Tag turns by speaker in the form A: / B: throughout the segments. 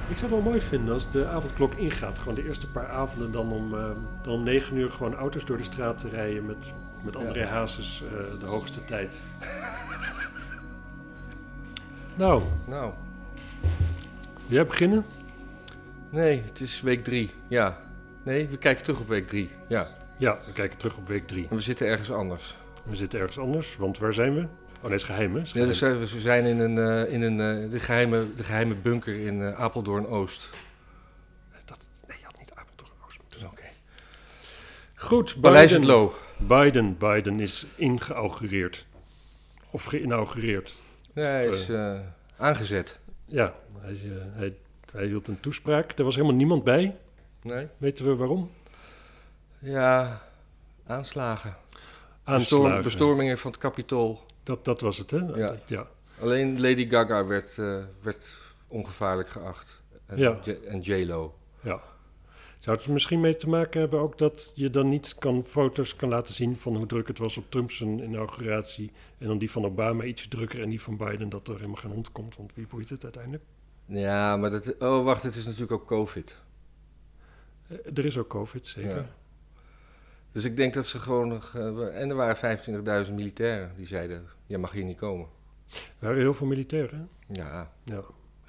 A: Ik zou het wel mooi vinden als de avondklok ingaat. Gewoon de eerste paar avonden dan om 9 uur gewoon auto's door de straat te rijden met André Hazes de hoogste tijd. Nou. Wil jij beginnen?
B: Nee, het is week 3. Ja. Nee, we kijken terug op week 3. Ja.
A: Ja, we kijken terug op week 3.
B: En we zitten ergens anders.
A: We zitten ergens anders, want waar zijn we? Oh nee, het is geheim, hè?
B: Ja, dus, we zijn in de geheime bunker in Apeldoorn-Oost.
A: Nee, je had niet Apeldoorn-Oost moeten
B: Oké.
A: Goed,
B: Paleis het Loo.
A: Biden is ingeaugureerd. Of geïnaugureerd.
B: Nee, hij is aangezet.
A: Ja, hij hield een toespraak. Er was helemaal niemand bij.
B: Nee.
A: Weten we waarom?
B: Ja, aanslagen. Bestormingen van het Capitool.
A: Dat was het, hè?
B: Ja.
A: Ja.
B: Alleen Lady Gaga werd ongevaarlijk geacht. En J-Lo.
A: Ja. Zou het er misschien mee te maken hebben ook dat je dan niet foto's kan laten zien van hoe druk het was op Trump's inauguratie en dan die van Obama iets drukker en die van Biden dat er helemaal geen hond komt, want wie boeit het uiteindelijk?
B: Ja, maar het is natuurlijk ook COVID.
A: Er is ook COVID, zeker.
B: Ja. Dus ik denk dat ze gewoon... en er waren 25.000 militairen die zeiden, jij mag hier niet komen.
A: Er waren heel veel militairen.
B: Ja.
A: Ja.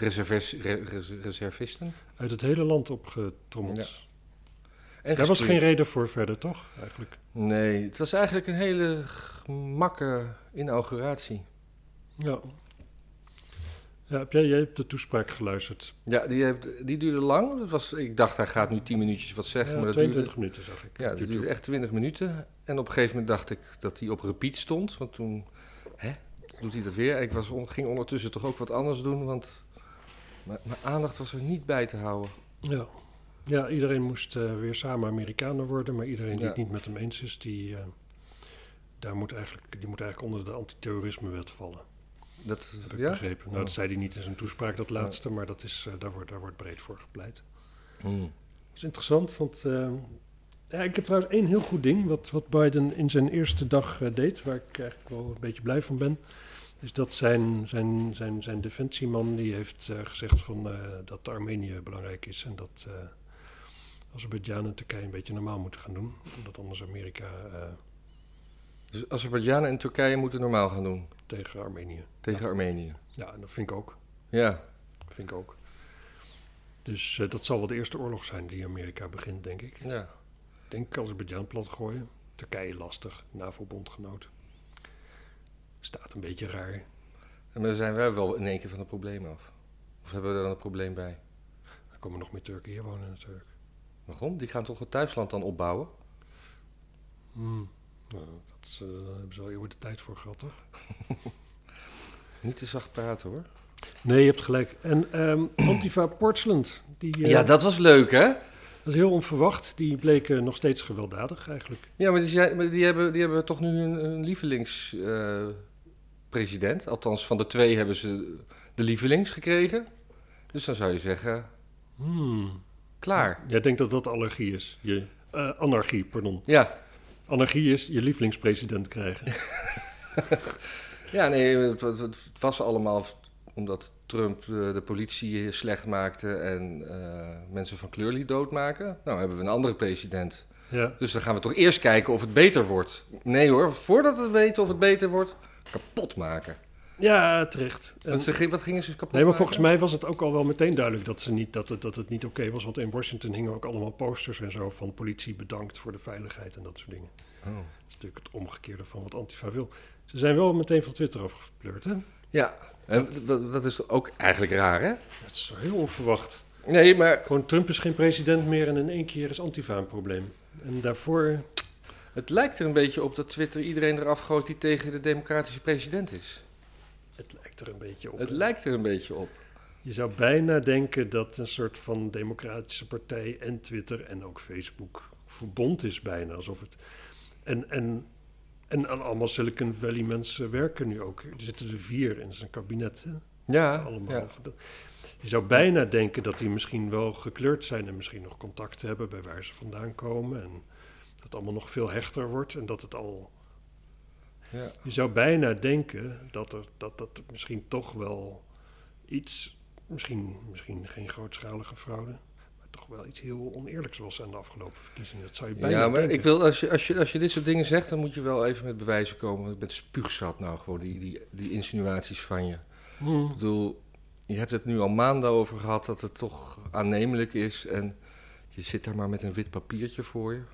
B: Reservisten.
A: Uit het hele land opgetrommeld. Ja.
B: En
A: daar was geen reden voor verder, toch? Eigenlijk.
B: Nee, het was eigenlijk een hele makke inauguratie.
A: Ja. Ja, jij hebt de toespraak geluisterd.
B: Ja, die duurde lang. Ik dacht, hij gaat nu 10 minuutjes wat zeggen.
A: Ja,
B: maar dat
A: 22 minuten zag ik.
B: Ja, dat duurde echt 20 minuten. En op een gegeven moment dacht ik dat hij op repeat stond. Want toen doet hij dat weer. Ik ging ondertussen toch ook wat anders doen, want mijn aandacht was er niet bij te houden.
A: Ja, iedereen moest weer samen Amerikaner worden, maar iedereen die het niet met hem eens is, die moet eigenlijk onder de antiterrorismewet vallen. Dat heb ik begrepen. Nou, dat zei hij niet in zijn toespraak, dat laatste, maar daar wordt breed voor gepleit. Dat is interessant, want ik heb trouwens één heel goed ding wat Biden in zijn eerste dag deed, waar ik eigenlijk wel een beetje blij van ben. Is dat zijn defensieman die heeft gezegd dat Armenië belangrijk is en dat Azerbeidzjan en Turkije een beetje normaal moeten gaan doen. Omdat anders Amerika...
B: Dus Azerbeidzjan en Turkije moeten normaal gaan doen?
A: Tegen Armenië.
B: Tegen Armenië.
A: Ja, en dat vind ik ook.
B: Ja.
A: Dat vind ik ook. Dus dat zal wel de eerste oorlog zijn die Amerika begint, denk ik.
B: Ja.
A: Ik denk Azerbeidzjan plat gooien. Turkije lastig, NAVO-bondgenoot. Staat een beetje raar.
B: En dan zijn wij wel in één keer van het probleem af. Of hebben we er dan een probleem bij?
A: Er komen nog meer Turken hier wonen natuurlijk.
B: Waarom? Die gaan toch het thuisland dan opbouwen?
A: Nou, daar hebben ze al eeuwen de tijd voor gehad, toch?
B: Niet te zacht praten, hoor.
A: Nee, je hebt gelijk. En Antifa Portland.
B: Ja, dat was leuk, hè?
A: Dat is heel onverwacht. Die bleken nog steeds gewelddadig, eigenlijk.
B: Ja, maar die hebben toch nu een lievelingspresident. Althans, van de 2 hebben ze de lievelings gekregen. Dus dan zou je zeggen... Klaar.
A: Jij denkt dat dat anarchie, pardon.
B: Ja.
A: Anarchie is je lievelingspresident krijgen.
B: Ja, nee, het was allemaal omdat Trump de politie slecht maakte en mensen van kleur liet doodmaken. Nou, hebben we een andere president.
A: Ja.
B: Dus dan gaan we toch eerst kijken of het beter wordt. Nee hoor, voordat we weten of het beter wordt, kapot maken.
A: Ja, terecht.
B: Wat gingen ze kapot maken?
A: Nee, maar volgens mij was het ook al wel meteen duidelijk dat het niet oké was. Want in Washington hingen ook allemaal posters en zo van politie bedankt voor de veiligheid en dat soort dingen. Dat is natuurlijk het omgekeerde van wat Antifa wil. Ze zijn wel meteen van Twitter afgepleurd, hè?
B: Ja, dat is ook eigenlijk raar, hè?
A: Dat is heel onverwacht.
B: Nee, maar...
A: Gewoon Trump is geen president meer en in één keer is Antifa een probleem. En daarvoor...
B: Het lijkt er een beetje op dat Twitter iedereen eraf gooit die tegen de democratische president is.
A: Het lijkt er een beetje op.
B: Het lijkt er een beetje op.
A: Je zou bijna denken dat een soort van democratische partij en Twitter en ook Facebook verbond is bijna. Alsof het... En aan allemaal Silicon Valley mensen werken nu ook. Er zitten er 4 in zijn kabinet. Hè?
B: Ja.
A: Allemaal.
B: Ja.
A: Je zou bijna denken dat die misschien wel gekleurd zijn en misschien nog contact hebben bij waar ze vandaan komen. En dat het allemaal nog veel hechter wordt en dat het al...
B: Ja.
A: Je zou bijna denken dat misschien toch wel iets misschien geen grootschalige fraude, maar toch wel iets heel oneerlijks was aan de afgelopen verkiezingen. Dat zou je bijna
B: maar
A: denken.
B: ik wil, als je dit soort dingen zegt, dan moet je wel even met bewijzen komen. Ik ben spuugzat nou gewoon, die insinuaties van je. Ik bedoel, je hebt het nu al maanden over gehad dat het toch aannemelijk is en je zit daar maar met een wit papiertje voor je.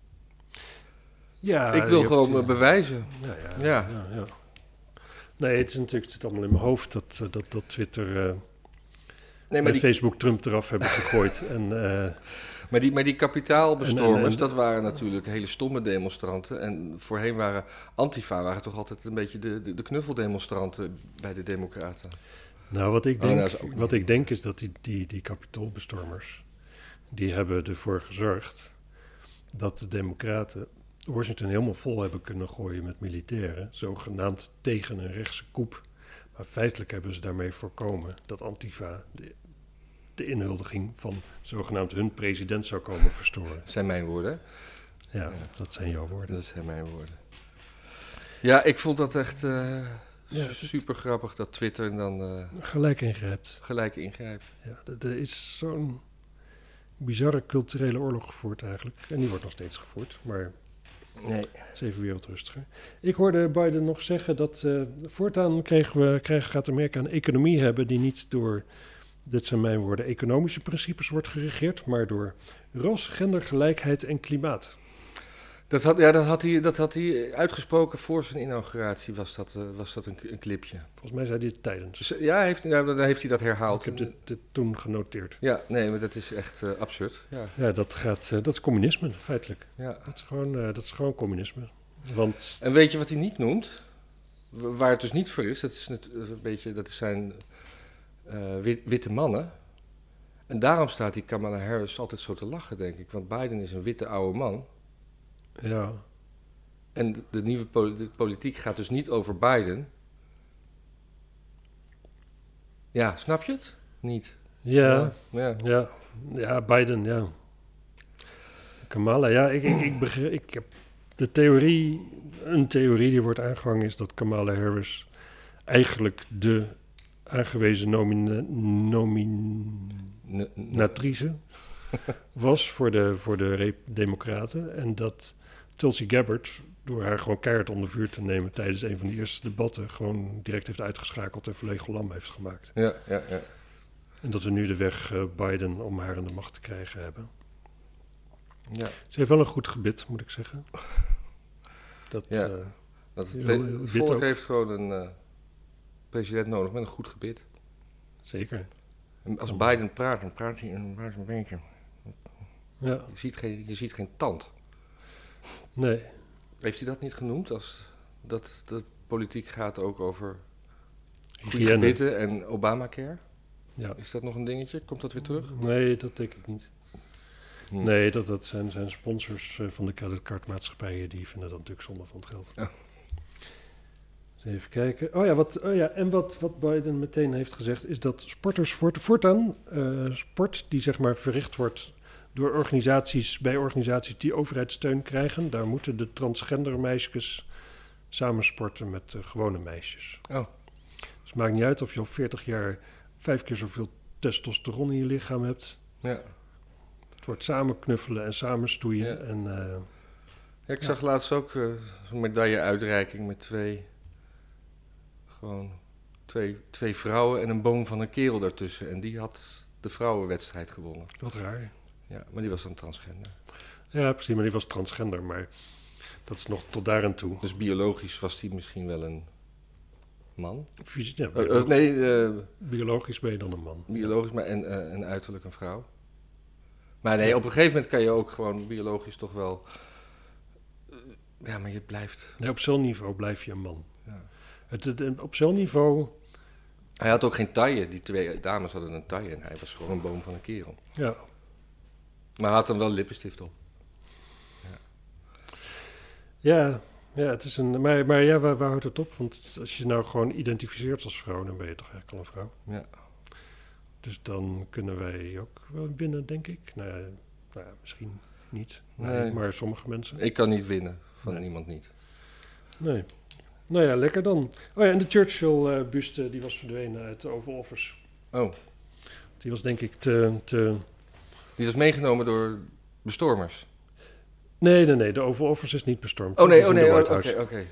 A: Ja,
B: ik wil gewoon bewijzen.
A: Ja. Nee, het zit allemaal in mijn hoofd dat Twitter en Facebook Trump eraf hebben gegooid.
B: Maar die kapitaalbestormers, dat waren natuurlijk hele stomme demonstranten. En voorheen waren Antifa toch altijd een beetje de knuffeldemonstranten bij de Democraten.
A: Nou, wat ik denk is dat die kapitoolbestormers, die hebben ervoor gezorgd dat de Democraten Washington helemaal vol hebben kunnen gooien met militairen, zogenaamd tegen een rechtse coup. Maar feitelijk hebben ze daarmee voorkomen dat Antifa de inhuldiging van zogenaamd hun president zou komen verstoren.
B: Dat zijn mijn woorden.
A: Ja, dat zijn jouw woorden.
B: Dat zijn mijn woorden. Ja, ik vond dat echt super grappig dat Twitter dan
A: gelijk ingrijpt. Ja, er is zo'n bizarre culturele oorlog gevoerd eigenlijk. En die wordt nog steeds gevoerd, maar
B: nee.
A: Het is even wereldrustiger. Ik hoorde Biden nog zeggen dat voortaan gaat Amerika een economie hebben die niet door, dit zijn mijn woorden, economische principes wordt geregeerd, maar door ras, gendergelijkheid en klimaat. Dat
B: had hij uitgesproken voor zijn inauguratie, was dat een clipje.
A: Volgens mij zei hij het tijdens.
B: Ja, dan heeft hij dat herhaald.
A: Ik heb dit toen genoteerd.
B: Ja, nee, maar dat is echt absurd.
A: Ja, dat is communisme, feitelijk.
B: Ja.
A: Dat is gewoon communisme. Want...
B: En weet je wat hij niet noemt? Waar het dus niet voor is, dat zijn witte mannen. En daarom staat die Kamala Harris altijd zo te lachen, denk ik. Want Biden is een witte oude man.
A: Ja.
B: En de nieuwe politiek gaat dus niet over Biden. Ja, snap je het? Niet.
A: Ja, Biden, ja. Kamala, ja, ik heb de theorie, een theorie die wordt aangehangen is dat Kamala Harris eigenlijk de aangewezen nominatrice was voor de Democraten. En dat Tulsi Gabbard, door haar gewoon keihard onder vuur te nemen tijdens een van de eerste debatten, gewoon direct heeft uitgeschakeld en verlegen lam heeft gemaakt.
B: Ja.
A: En dat we nu de weg Biden om haar aan de macht te krijgen hebben.
B: Ja.
A: Ze heeft wel een goed gebit, moet ik zeggen.
B: Het volk heeft gewoon een president nodig met een goed gebit.
A: Zeker.
B: En als Biden praat, dan praat hij een beetje.
A: Ja.
B: Je ziet geen tand.
A: Nee.
B: Heeft hij dat niet genoemd? Als dat de politiek gaat ook over
A: Hygiëne.
B: gebitten en Obamacare?
A: Ja.
B: Is dat nog een dingetje? Komt dat weer terug?
A: Nee, dat denk ik niet. Nee, dat zijn sponsors van de creditcardmaatschappijen. Die vinden dat natuurlijk zonde van het geld.
B: Oh.
A: Dus even kijken. Wat Biden meteen heeft gezegd is dat sporters voortaan sport die zeg maar verricht wordt door organisaties die overheidssteun krijgen, daar moeten de transgender meisjes samen sporten met gewone meisjes.
B: Oh.
A: Dus het maakt niet uit of je al 40 jaar 5 keer zoveel testosteron in je lichaam hebt.
B: Ja.
A: Het wordt samen knuffelen en samen stoeien.
B: Ja. Ik zag laatst ook zo'n medailleuitreiking met twee vrouwen en een boom van een kerel daartussen. En die had de vrouwenwedstrijd gewonnen.
A: Wat raar.
B: Ja, maar die was dan transgender.
A: Ja, precies, maar die was transgender, maar dat is nog tot daar aan toe.
B: Dus biologisch was die misschien wel een man?
A: Biologisch ben je dan een man.
B: Biologisch, maar en uiterlijk een vrouw. Maar nee, op een gegeven moment kan je ook gewoon biologisch toch wel... Ja, maar je blijft...
A: Nee, op zo'n niveau blijf je een man.
B: Ja.
A: Op zo'n niveau...
B: Hij had ook geen taille. Die twee dames hadden een taille en hij was gewoon een boom van een kerel.
A: Ja.
B: Maar hij had dan wel lippenstift op.
A: Ja, het is een... Maar ja, waar houdt het op? Want als je nou gewoon identificeert als vrouw, dan ben je toch eigenlijk al een vrouw.
B: Ja.
A: Dus dan kunnen wij ook wel winnen, denk ik. Nou ja, misschien niet.
B: Nee.
A: Maar sommige mensen.
B: Ik kan niet winnen. Van niemand niet.
A: Nee. Nou ja, lekker dan. Oh ja, en de Churchill-buste die was verdwenen uit de Oval Office.
B: Oh.
A: Die was denk ik
B: Die was meegenomen door bestormers?
A: Nee, de Oval Office is niet bestormd.
B: Oké.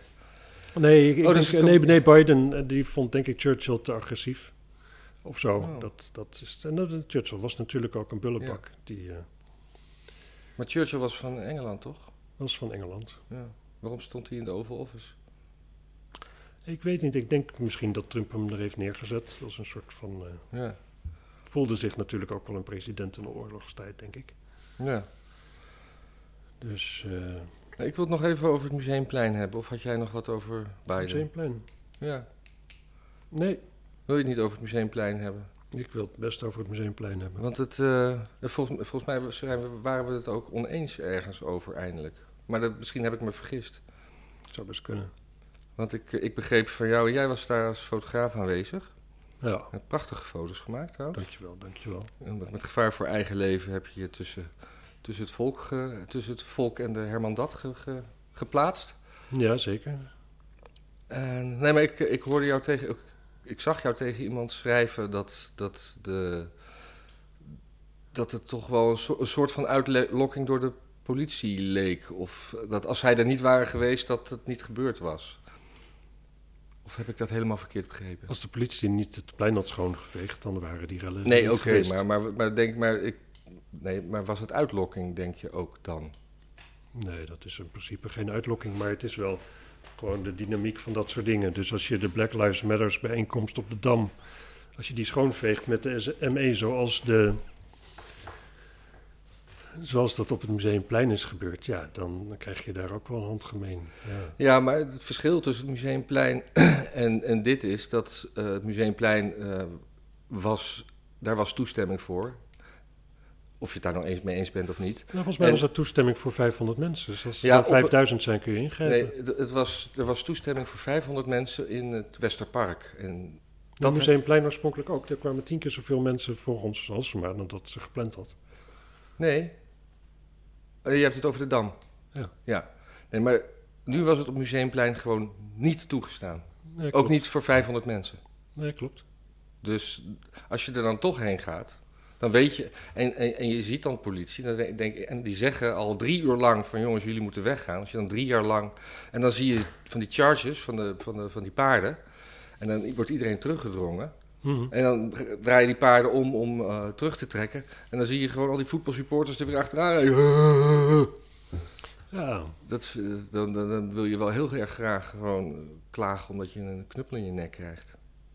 A: Nee, Biden die vond denk ik Churchill te agressief. Of zo. Oh. Dat is, en Churchill was natuurlijk ook een bullebak. Ja.
B: Maar Churchill was van Engeland, toch?
A: Was van Engeland.
B: Ja. Waarom stond hij in de Oval Office?
A: Ik weet niet. Ik denk misschien dat Trump hem er heeft neergezet. Als een soort van... voelde zich natuurlijk ook wel een president in de oorlogstijd, denk ik.
B: Ja.
A: Dus...
B: ik wil het nog even over het Museumplein hebben. Of had jij nog wat over Biden?
A: Museumplein?
B: Ja.
A: Nee.
B: Wil je het niet over het Museumplein hebben?
A: Ik wil het best over het Museumplein hebben.
B: Want volgens mij waren we het ook oneens ergens over eindelijk. Maar misschien heb ik me vergist.
A: Dat zou best kunnen.
B: Want ik begreep van jou, jij was daar als fotograaf aanwezig.
A: Ja.
B: Je hebt prachtige foto's gemaakt trouwens.
A: Dankjewel.
B: En met gevaar voor eigen leven heb je je tussen het volk en de Hermandad geplaatst.
A: Ja, zeker.
B: Nee, maar ik hoorde jou ik zag jou tegen iemand schrijven dat het toch wel een soort van uitlokking door de politie leek. Of dat als zij er niet waren geweest, dat het niet gebeurd was. Of heb ik dat helemaal verkeerd begrepen?
A: Als de politie niet het plein had schoongeveegd, dan waren die rellen
B: Nee, oké, maar was het uitlokking, denk je ook dan?
A: Nee, dat is in principe geen uitlokking, maar het is wel gewoon de dynamiek van dat soort dingen. Dus als je de Black Lives Matters bijeenkomst op de Dam, als je die schoonveegt met de ME zoals dat op het Museumplein is gebeurd, ja, dan krijg je daar ook wel een handgemeen.
B: Ja, maar het verschil tussen het Museumplein en dit is dat het Museumplein daar was toestemming voor. Of je het daar nou mee eens bent of niet.
A: Nou, volgens mij was er toestemming voor 500 mensen. Dus als er 5000 zijn, kun je ingrijpen.
B: Nee, er was toestemming voor 500 mensen in het Westerpark. En
A: dat Museumplein oorspronkelijk ook. Er kwamen 10 keer zoveel mensen voor ons als maar dan dat ze gepland had.
B: Nee. Je hebt het over de Dam. Ja. Nee, maar nu was het op Museumplein gewoon niet toegestaan. Nee, ook niet voor 500 mensen.
A: Nee, klopt.
B: Dus als je er dan toch heen gaat, dan weet je... En je ziet dan politie, en die zeggen al 3 uur lang van jongens, jullie moeten weggaan. Als je dan 3 jaar lang... En dan zie je van die charges, van die paarden. En dan wordt iedereen teruggedrongen. Mm-hmm. En dan draai je die paarden om terug te trekken. En dan zie je gewoon al die voetbalsupporters er weer achteraan rijden.
A: Ja.
B: Dan wil je wel heel erg graag gewoon klagen omdat je een knuppel in je nek krijgt.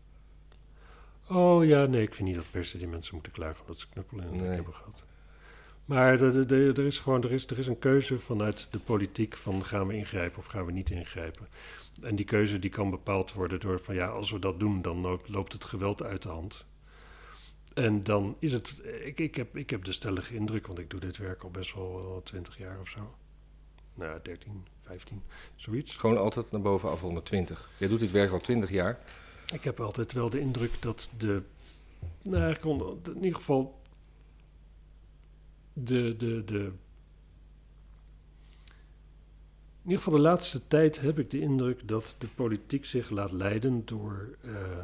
A: Oh ja, nee, ik vind niet dat per se die mensen moeten klagen omdat ze knuppelen in hun nek hebben gehad. Maar er is een keuze vanuit de politiek van gaan we ingrijpen of gaan we niet ingrijpen. En die keuze die kan bepaald worden door van ja, als we dat doen, dan loopt het geweld uit de hand. En dan is het, ik heb de stellige indruk, want ik doe dit werk al best wel 20 jaar of zo. Nou, 13, 15, zoiets.
B: Gewoon altijd naar bovenaf 120. Jij doet dit werk al 20 jaar.
A: Ik heb altijd wel de indruk dat in ieder geval in ieder geval de laatste tijd heb ik de indruk dat de politiek zich laat leiden door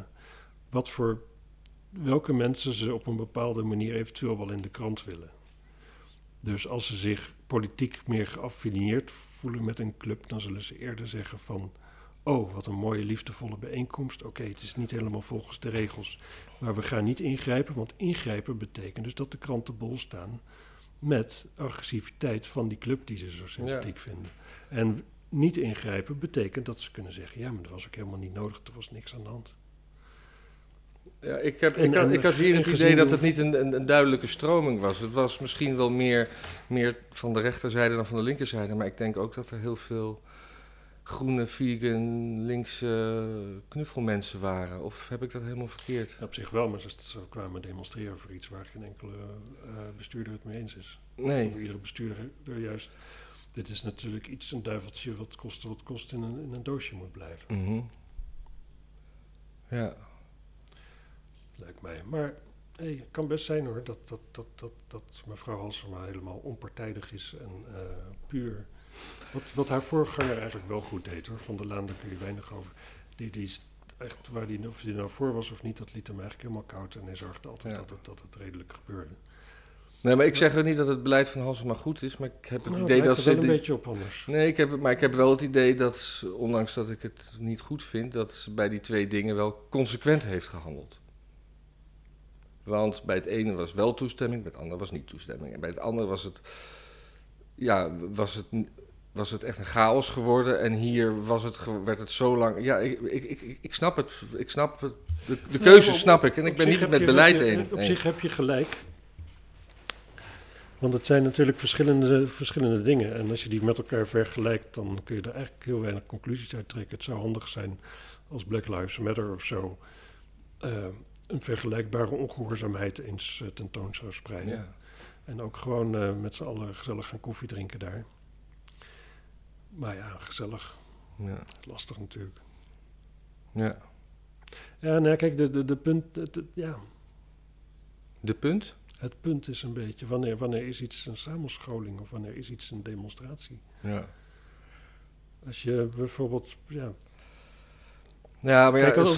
A: welke mensen ze op een bepaalde manier eventueel wel in de krant willen. Dus als ze zich politiek meer geaffiliëerd voelen met een club, dan zullen ze eerder zeggen van, oh, wat een mooie liefdevolle bijeenkomst. Oké, het is niet helemaal volgens de regels, maar we gaan niet ingrijpen, want ingrijpen betekent dus dat de kranten bol staan met agressiviteit van die club die ze zo sympathiek vinden. En niet ingrijpen betekent dat ze kunnen zeggen, ja, maar dat was ook helemaal niet nodig, er was niks aan de hand.
B: Ja, ik had hier het idee dat het niet een duidelijke stroming was. Het was misschien wel meer van de rechterzijde dan van de linkerzijde, maar ik denk ook dat er heel veel groene, vegan, linkse knuffelmensen waren. Of heb ik dat helemaal verkeerd?
A: Ja, op zich wel, maar ze kwamen demonstreren voor iets waar geen enkele bestuurder het mee eens is.
B: Nee.
A: Iedere bestuurder juist. Dit is natuurlijk een duiveltje wat kost in een doosje moet blijven.
B: Mm-hmm. Ja.
A: Lijkt mij. Maar het kan best zijn hoor, dat mevrouw Halsema helemaal onpartijdig is en puur. Wat haar voorganger eigenlijk wel goed deed hoor, Van der Laan, daar kun je weinig over. Die echt, of hij nou voor was of niet, dat liet hem eigenlijk helemaal koud. En hij zorgde altijd dat het redelijk gebeurde.
B: Nee, maar ik zeg er niet dat het beleid van Halsema goed is, maar ik heb het idee dat
A: ze... wel een beetje op anders.
B: Nee, ik heb wel het idee dat, ondanks dat ik het niet goed vind, dat ze bij die 2 dingen wel consequent heeft gehandeld. Want bij het ene was wel toestemming, bij het andere was niet toestemming. En bij het andere was het echt een chaos geworden. En hier werd het zo lang... Ja, ik snap het. Ik snap het. De keuze snap ik. En ik ben niet met beleid eens.
A: Op zich heb je gelijk. Want het zijn natuurlijk verschillende dingen. En als je die met elkaar vergelijkt, dan kun je er eigenlijk heel weinig conclusies uit trekken. Het zou handig zijn als Black Lives Matter of zo een vergelijkbare ongehoorzaamheid eens tentoon zou spreiden. Ja. En ook gewoon met z'n allen gezellig gaan koffie drinken daar. Maar ja, gezellig.
B: Ja.
A: Lastig natuurlijk.
B: Ja.
A: Ja, nou kijk, de punt...
B: De punt?
A: Het punt is een beetje, wanneer is iets een samenscholing of wanneer is iets een demonstratie?
B: Ja.
A: Als je bijvoorbeeld...
B: Ja, maar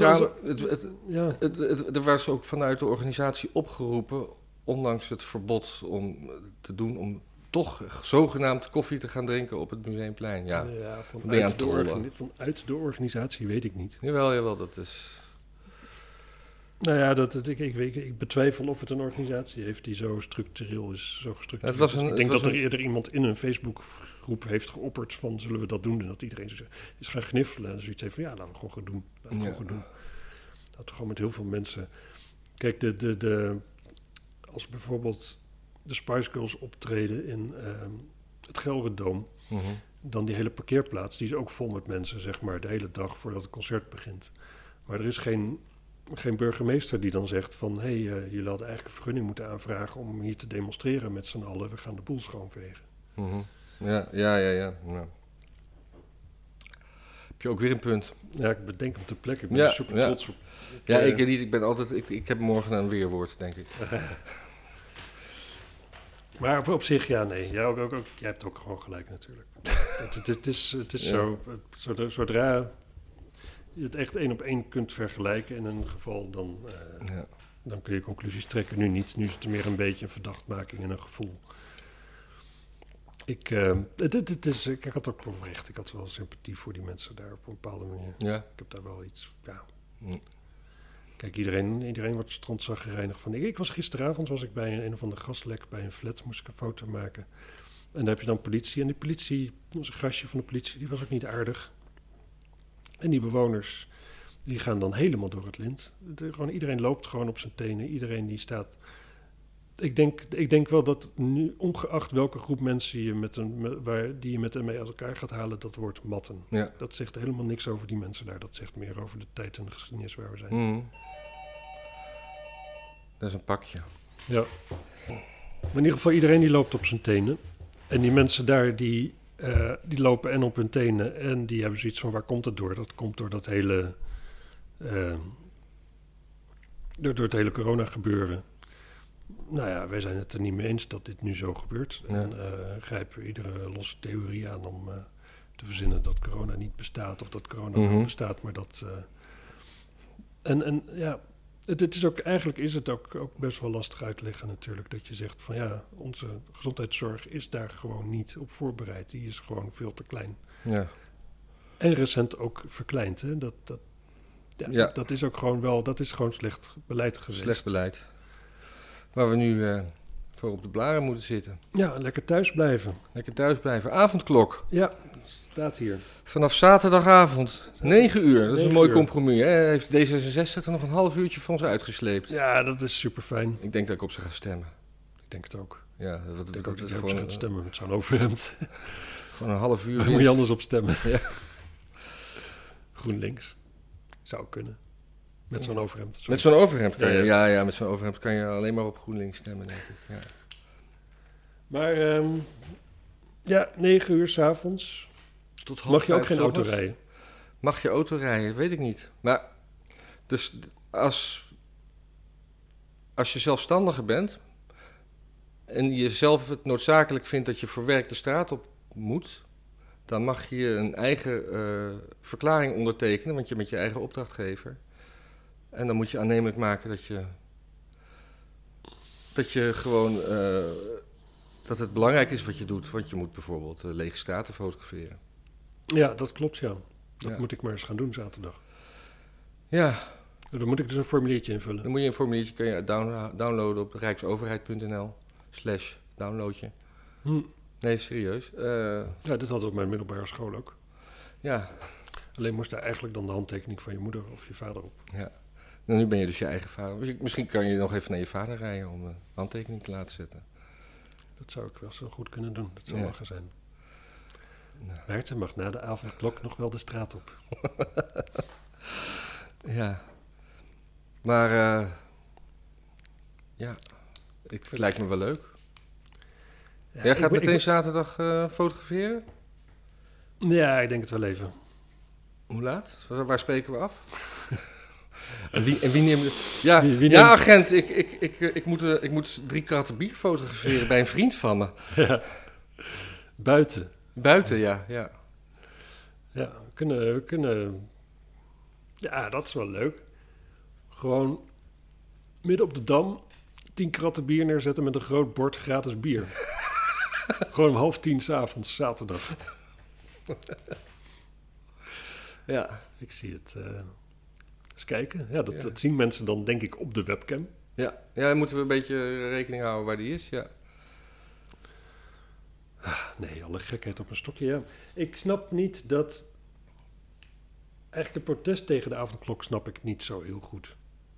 B: er was ook vanuit de organisatie opgeroepen, ondanks het verbod om te doen, om toch zogenaamd koffie te gaan drinken op het Museumplein. Ja,
A: vanuit de organisatie weet ik niet.
B: Jawel, dat is...
A: Nou ja, ik betwijfel of het een organisatie heeft die zo structureel is. Ik denk dat er eerder iemand in een Facebookgroep heeft geopperd van zullen we dat doen? En dat iedereen is gaan gniffelen en zoiets heeft van ja, laten we gewoon doen. Dat gewoon met heel veel mensen. Kijk, als bijvoorbeeld de Spice Girls optreden in het Gelredome, dan die hele parkeerplaats, die is ook vol met mensen, zeg maar, de hele dag voordat het concert begint. Maar er is geen burgemeester die dan zegt van jullie hadden eigenlijk een vergunning moeten aanvragen om hier te demonstreren met z'n allen. We gaan de boel schoonvegen.
B: Ja. Heb je ook weer een punt?
A: Ja, ik bedenk hem ter plekke. Ik ben super trots op.
B: Ik heb morgen een weerwoord, denk ik.
A: Maar op zich, ja, nee. Jij hebt ook gewoon gelijk natuurlijk. Het is zo, zodra je het echt 1 op 1 kunt vergelijken in een geval, dan kun je conclusies trekken. Nu niet. Nu is het meer een beetje een verdachtmaking en een gevoel. Ik had ook oprecht. Ik had wel sympathie voor die mensen daar op een bepaalde manier.
B: Ja.
A: Ik heb daar wel iets... Ja. Kijk, iedereen wordt strontzaggerijnig van. Ik was gisteravond bij een of andere gaslek bij een flat, moest ik een foto maken. En daar heb je dan politie. En die politie, onze gastje van de politie, die was ook niet aardig. En die bewoners, die gaan dan helemaal door het lint. Iedereen loopt gewoon op zijn tenen. Iedereen die staat... Ik denk wel dat nu, ongeacht welke groep mensen die je met ermee uit elkaar gaat halen, dat wordt matten.
B: Ja.
A: Dat zegt helemaal niks over die mensen daar. Dat zegt meer over de tijd en de geschiedenis waar we zijn.
B: Dat is een pakje.
A: Ja. Maar in ieder geval, iedereen die loopt op zijn tenen. En die mensen daar, die lopen en op hun tenen. En die hebben zoiets van, waar komt het door? Dat komt door dat hele... door het hele corona gebeuren. Nou ja, wij zijn het er niet mee eens dat dit nu zo gebeurt. Ja. En grijpen iedere losse theorie aan om te verzinnen dat corona niet bestaat. Of dat corona wel bestaat, maar dat... En ja, het is ook, eigenlijk is het ook best wel lastig uitleggen natuurlijk. Dat je zegt van ja, onze gezondheidszorg is daar gewoon niet op voorbereid. Die is gewoon veel te klein.
B: Ja.
A: En recent ook verkleind. Hè? Dat is ook gewoon wel, dat is gewoon slecht beleid geweest.
B: Slecht beleid. Waar we nu voor op de blaren moeten zitten.
A: Ja, lekker thuis blijven.
B: Lekker thuis blijven. Avondklok.
A: Ja, staat hier.
B: Vanaf zaterdagavond, 9 uur. Dat is een mooi compromis. Hè? Heeft D66 er nog een half uurtje voor ons uitgesleept.
A: Ja, dat is super fijn.
B: Ik denk dat ik op ze ga stemmen.
A: Ik denk het ook.
B: Ja,
A: dat is gewoon... gaat stemmen met zo'n overhemd.
B: Gewoon een half uur.
A: Daar moet je anders op stemmen. Ja. GroenLinks. Zou kunnen. Met zo'n overhemd.
B: Met zo'n overhemd kan je. Ja, met zo'n overhemd kan je alleen maar op GroenLinks stemmen, denk ik. Ja.
A: Maar 9 uur 's avonds.
B: Tot
A: mag je ook geen auto rijden?
B: Mag je auto rijden? Weet ik niet. Maar dus als je zelfstandige bent en je zelf het noodzakelijk vindt dat je voor werk de straat op moet, dan mag je een eigen verklaring ondertekenen, want je bent je eigen opdrachtgever. En dan moet je aannemelijk maken dat je gewoon dat het belangrijk is wat je doet. Want je moet bijvoorbeeld lege straten fotograferen.
A: Ja, dat klopt, ja. Dat moet ik maar eens gaan doen zaterdag.
B: Ja.
A: Dan moet ik dus een formuliertje invullen.
B: Dan moet je een formuliertje kun je downloaden op rijksoverheid.nl/downloadje. Nee, serieus.
A: Ja, dit hadden we op mijn middelbare school ook.
B: Ja.
A: Alleen moest daar eigenlijk dan de handtekening van je moeder of je vader op.
B: Ja. Nou, nu ben je dus je eigen vader. Misschien kan je nog even naar je vader rijden om een handtekening te laten zetten.
A: Dat zou ik wel zo goed kunnen doen. Dat zou lachen zijn. Maarten mag na de avondklok nog wel de straat op.
B: Ja. Maar het lijkt me wel leuk. Ja, jij gaat meteen zaterdag fotograferen?
A: Ja, ik denk het wel even.
B: Hoe laat? Waar spreken we af? En wie neemt...
A: Ja,
B: agent, ik moet 3 kratten bier fotograferen bij een vriend van me.
A: Ja. Buiten.
B: Buiten, ja.
A: Ja, we kunnen... Ja, dat is wel leuk. Gewoon midden op de Dam 10 kratten bier neerzetten met een groot bord gratis bier. Gewoon 9:30 s'avonds, zaterdag.
B: Ja.
A: Ik zie het. Eens kijken. Ja, dat zien mensen dan denk ik op de webcam.
B: Ja, dan moeten we een beetje rekening houden waar die is, ja.
A: Nee, alle gekheid op een stokje, ja. Ik snap niet dat... Eigenlijk het protest tegen de avondklok snap ik niet zo heel goed.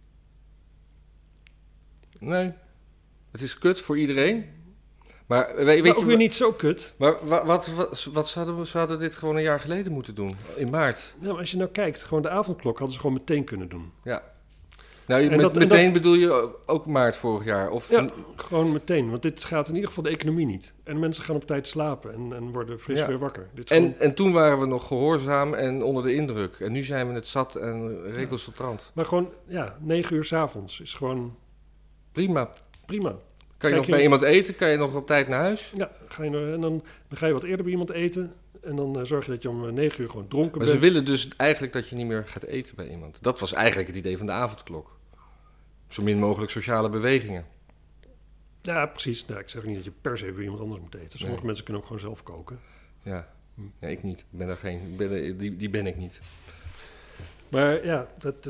B: Nee. Het is kut voor iedereen. Maar weet
A: ook
B: je,
A: weer niet zo kut.
B: Maar wat zouden dit gewoon een jaar geleden moeten doen? In maart?
A: Nou, als je nou kijkt, gewoon de avondklok hadden ze gewoon meteen kunnen doen.
B: Ja. Nou, meteen bedoel je ook maart vorig jaar? Of
A: ja, gewoon meteen. Want dit gaat in ieder geval de economie niet. En mensen gaan op tijd slapen en worden fris weer wakker.
B: En toen waren we nog gehoorzaam en onder de indruk. En nu zijn we het zat en recalcitrant.
A: Maar gewoon, 9 uur 's avonds is gewoon...
B: Prima. Kan je nog bij iemand eten? Kan je nog op tijd naar huis?
A: Ja, dan ga je wat eerder bij iemand eten. En dan zorg je dat je om 9 uur gewoon dronken bent.
B: Maar ze willen dus eigenlijk dat je niet meer gaat eten bij iemand. Dat was eigenlijk het idee van de avondklok. Zo min mogelijk sociale bewegingen.
A: Ja, precies. Nou, ik zeg niet dat je per se bij iemand anders moet eten. Sommige mensen kunnen ook gewoon zelf koken.
B: Ja, ik niet. Ik ben er geen, die ben ik niet.
A: Maar ja,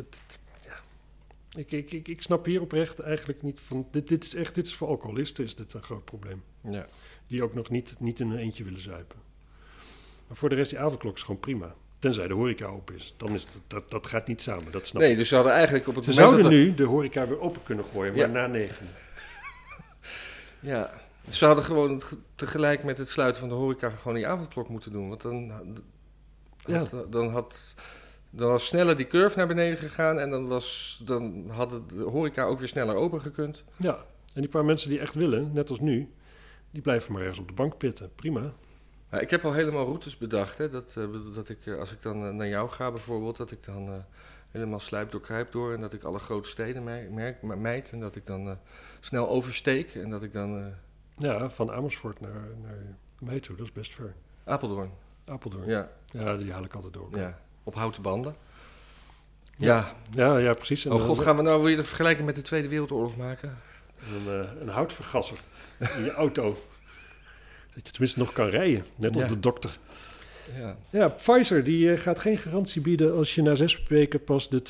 A: Ik snap hier oprecht eigenlijk niet van... Dit is voor alcoholisten is dit een groot probleem.
B: Ja.
A: Die ook nog niet in een eentje willen zuipen. Maar voor de rest, die avondklok is gewoon prima. Tenzij de horeca open is. Dan is dat gaat niet samen, dat snap ik.
B: Dus ze hadden eigenlijk op het
A: moment... Ze zouden nu de horeca weer open kunnen gooien, maar na 9.
B: Ja, ze hadden gewoon tegelijk met het sluiten van de horeca gewoon die avondklok moeten doen. Want dan was sneller die curve naar beneden gegaan en dan hadden de horeca ook weer sneller open gekund.
A: Ja, en die paar mensen die echt willen, net als nu, die blijven maar ergens op de bank pitten. Prima.
B: Ja, ik heb al helemaal routes bedacht. Hè, dat ik, als ik dan naar jou ga bijvoorbeeld, dat ik dan helemaal sluip door, kruip door en dat ik alle grote steden mijd en dat ik dan snel oversteek en dat ik dan...
A: Ja, van Amersfoort naar mij toe, dat is best ver.
B: Apeldoorn.
A: Ja. Ja, die haal ik altijd door.
B: Ja, op houten banden.
A: Ja, precies. En
B: oh god, gaan we nou weer de vergelijking met de Tweede Wereldoorlog maken?
A: Een houtvergasser in je auto. Dat je tenminste nog kan rijden, net als de dokter. Ja, Pfizer die gaat geen garantie bieden als je na 6 weken pas het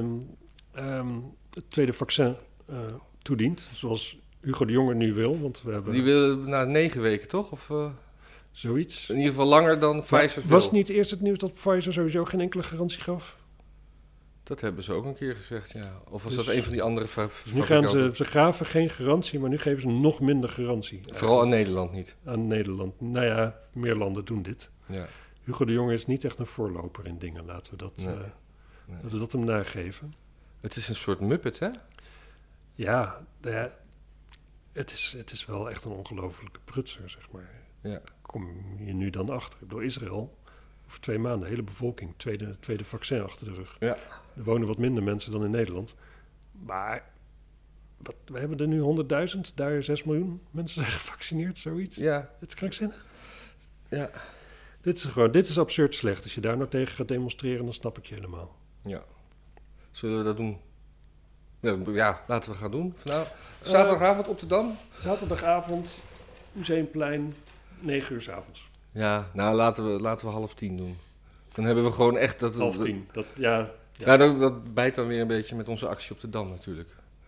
A: tweede vaccin toedient. Zoals Hugo de Jonge nu wil. Want we hebben...
B: Die wil na 9 weken, toch? Of,
A: zoiets.
B: In ieder geval langer dan Pfizer wil.
A: Was niet eerst het nieuws dat Pfizer sowieso geen enkele garantie gaf?
B: Dat hebben ze ook een keer gezegd, ja. Of was dat een van die andere
A: dus nu gaan ze gaven geen garantie, maar nu geven ze nog minder garantie.
B: Vooral aan Nederland niet.
A: Aan Nederland. Nou ja, meer landen doen dit.
B: Ja.
A: Hugo de Jonge is niet echt een voorloper in dingen. Laten we dat hem nageven.
B: Het is een soort muppet, hè?
A: Ja, het is wel echt een ongelofelijke prutser, zeg maar.
B: Ja.
A: Kom je nu dan achter? Ik bedoel, Israël, over 2 maanden, hele bevolking, tweede vaccin achter de rug.
B: Ja.
A: Er wonen wat minder mensen dan in Nederland. Maar we hebben er nu 100.000, daar 6 miljoen mensen zijn gevaccineerd, zoiets.
B: Ja.
A: Het is krankzinnig.
B: Ja.
A: Dit is absurd slecht. Als je daar nou tegen gaat demonstreren, dan snap ik je helemaal.
B: Ja. Zullen we dat doen? Ja, laten we gaan doen. Zaterdagavond op de Dam?
A: Zaterdagavond, Museumplein, 9 uur 's avonds.
B: Ja, nou laten we 9:30 doen. Dan hebben we gewoon echt...
A: 9:30, ja.
B: Nou, dat bijt dan weer een beetje met onze actie op de Dam natuurlijk.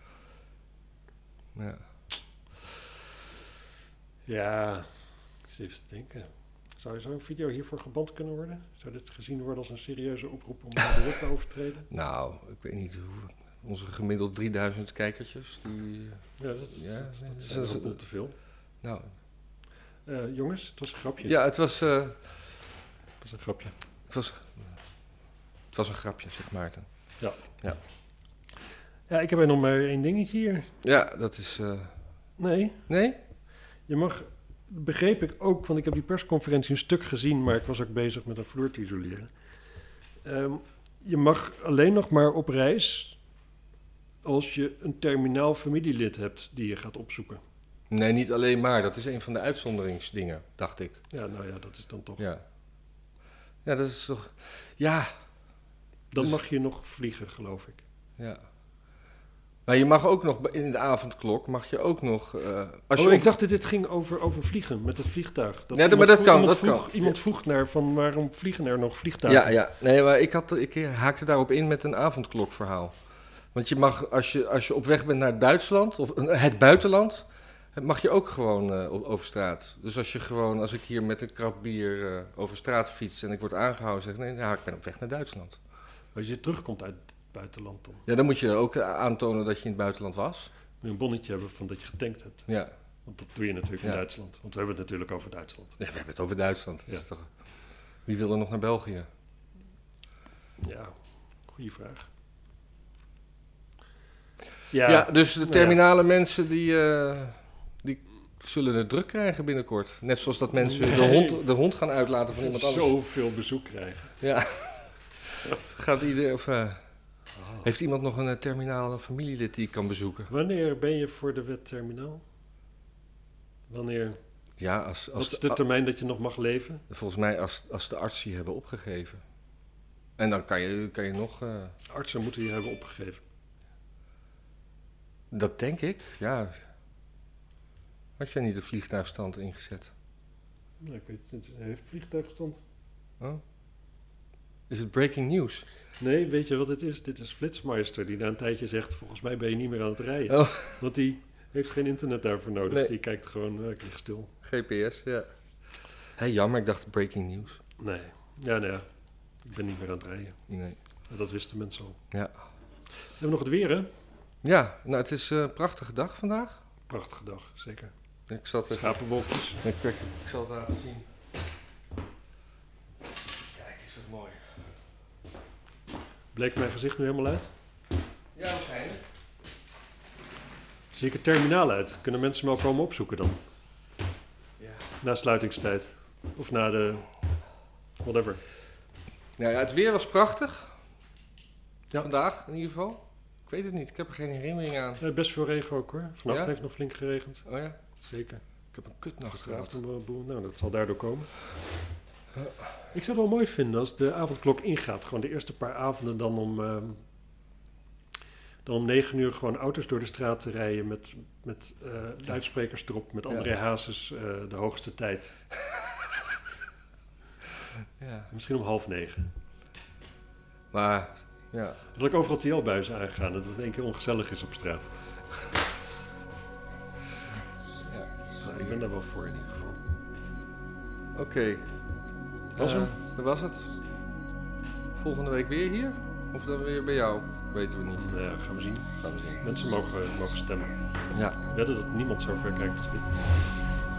B: Ja.
A: Ja, ik zit even te denken. Zou zo'n video hiervoor geband kunnen worden? Zou dit gezien worden als een serieuze oproep om de wet te overtreden?
B: Nou, ik weet niet hoe... Onze gemiddeld 3000 kijkertjes.
A: Ja, dat is een boel te veel.
B: Nou.
A: Jongens, het was een grapje.
B: Ja, het was...
A: Het was een grapje.
B: Het was een grapje, zegt Maarten.
A: Ja.
B: Ja.
A: Ja, ik heb er nog maar 1 dingetje hier.
B: Ja, dat is...
A: Nee? Je mag... Begreep ik ook, want ik heb die persconferentie een stuk gezien, maar ik was ook bezig met een vloer te isoleren. Je mag alleen nog maar op reis als je een terminaal familielid hebt die je gaat opzoeken.
B: Nee, niet alleen maar. Dat is een van de uitzonderingsdingen, dacht ik.
A: Ja, nou ja, dat is dan toch...
B: Ja, dat is toch... Ja.
A: Dan dus... mag je nog vliegen, geloof ik.
B: Ja. Maar je mag ook nog, in de avondklok, mag je ook nog...
A: ik dacht dat dit ging over vliegen met het vliegtuig.
B: Maar dat kan.
A: Iemand vroeg naar van waarom vliegen er nog vliegtuigen?
B: Ja. Nee, maar ik haakte daarop in met een avondklokverhaal. Want je mag, als je op weg bent naar Duitsland, of het buitenland, mag je ook gewoon over straat. Dus als ik hier met een krat bier over straat fiets en ik word aangehouden, zeg ik, nee, ik ben op weg naar Duitsland.
A: Als je terugkomt uit het buitenland dan?
B: Ja, dan moet je ook aantonen dat je in het buitenland was.
A: Moet je een bonnetje hebben van dat je getankt hebt.
B: Ja.
A: Want dat doe je natuurlijk in Duitsland. Want we hebben het natuurlijk over Duitsland.
B: Ja, we hebben het over Duitsland. Ja. Wie wil er nog naar België?
A: Ja, goede vraag.
B: Ja, dus de terminale mensen die zullen het druk krijgen binnenkort. Net zoals dat mensen de hond gaan uitlaten van iemand anders.
A: Zoveel bezoek krijgen.
B: Ja. Gaat heeft iemand nog een terminale familielid die ik kan bezoeken?
A: Wanneer ben je voor de wet terminaal? Wanneer?
B: Ja,
A: wat is de termijn dat je nog mag leven?
B: Volgens mij als de artsen je hebben opgegeven. En dan kan je nog...
A: Artsen moeten je hebben opgegeven.
B: Dat denk ik, ja. Had jij niet de vliegtuigstand ingezet?
A: Nou, ik weet het. Heeft vliegtuigstand?
B: Oh. Is het breaking news?
A: Nee, weet je wat het is? Dit is Flitsmeister die na een tijdje zegt, volgens mij ben je niet meer aan het rijden.
B: Oh.
A: Want die heeft geen internet daarvoor nodig. Nee. Die kijkt gewoon, ik lig stil.
B: GPS, ja. Hey, jammer, ik dacht breaking news.
A: Nee, ja, ik ben niet meer aan het rijden.
B: Nee.
A: Dat wisten mensen al.
B: Ja.
A: We hebben nog het weer, hè?
B: Ja, nou, het is een prachtige dag vandaag.
A: Prachtige dag, zeker.
B: Ik zal het
A: Schapenwolkjes.
B: Ik zal het laten zien. Kijk, is dat mooi.
A: Bleek mijn gezicht nu helemaal uit?
B: Ja, waarschijnlijk.
A: Zie ik er terminaal uit? Kunnen mensen me al komen opzoeken dan?
B: Ja.
A: Na sluitingstijd. Of na de... whatever.
B: Nou ja, het weer was prachtig. Ja. Vandaag in ieder geval. Ik weet het niet, ik heb er geen herinnering aan.
A: Best veel regen ook hoor. Vannacht heeft het nog flink geregend.
B: Oh ja?
A: Zeker.
B: Ik heb een kutnacht gehad.
A: Nou, dat zal daardoor komen. Ik zou het wel mooi vinden als de avondklok ingaat. Gewoon de eerste paar avonden dan om 9 uur gewoon auto's door de straat te rijden met luidsprekers erop. Met André Hazes de hoogste tijd.
B: Ja.
A: Misschien om 8:30.
B: Maar... Ja.
A: Dat ik overal TL-buizen aangaan, dat het in één keer ongezellig is op straat.
B: Ja.
A: Nou, ik ben daar wel voor in ieder geval.
B: Oké. Dat was het. Volgende week weer hier? Of dan weer bij jou? Weten we niet.
A: Nou ja, gaan we zien. Mensen mogen stemmen.
B: Ja.
A: Wedden dat niemand zo ver kijkt als dit.